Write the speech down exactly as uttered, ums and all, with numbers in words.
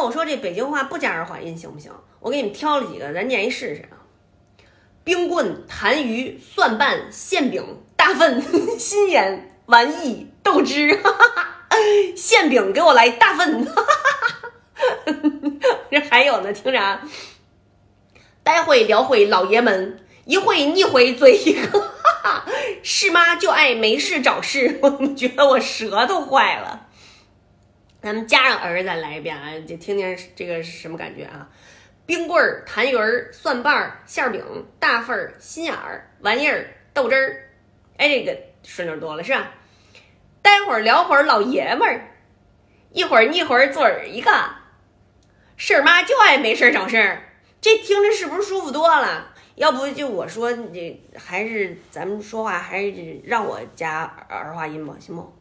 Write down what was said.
我说这北京话不加儿化音行不行？我给你们挑了几个，咱念一试试啊。冰棍、痰盂、蒜瓣、馅饼、大粪、心眼、丸意、豆汁，哈哈哈，馅饼给我来大粪，哈哈哈，这还有呢，听着啊，待会聊会老爷们，一会腻会嘴一个，哈哈，是妈就爱没事找事，我觉得我舌头坏了。咱们加上儿再来一遍啊，就听听这个是什么感觉啊？冰棍儿、痰盂儿、蒜瓣儿、馅饼、大份儿、心眼儿、玩意儿、豆汁儿，哎，这个顺溜多了是吧？待会儿聊会儿老爷们儿，一会儿腻会儿嘴儿一个，事儿妈就爱没事找事儿，这听着是不是舒服多了？要不就我说这还是咱们说话还是让我加儿化音吧，行不？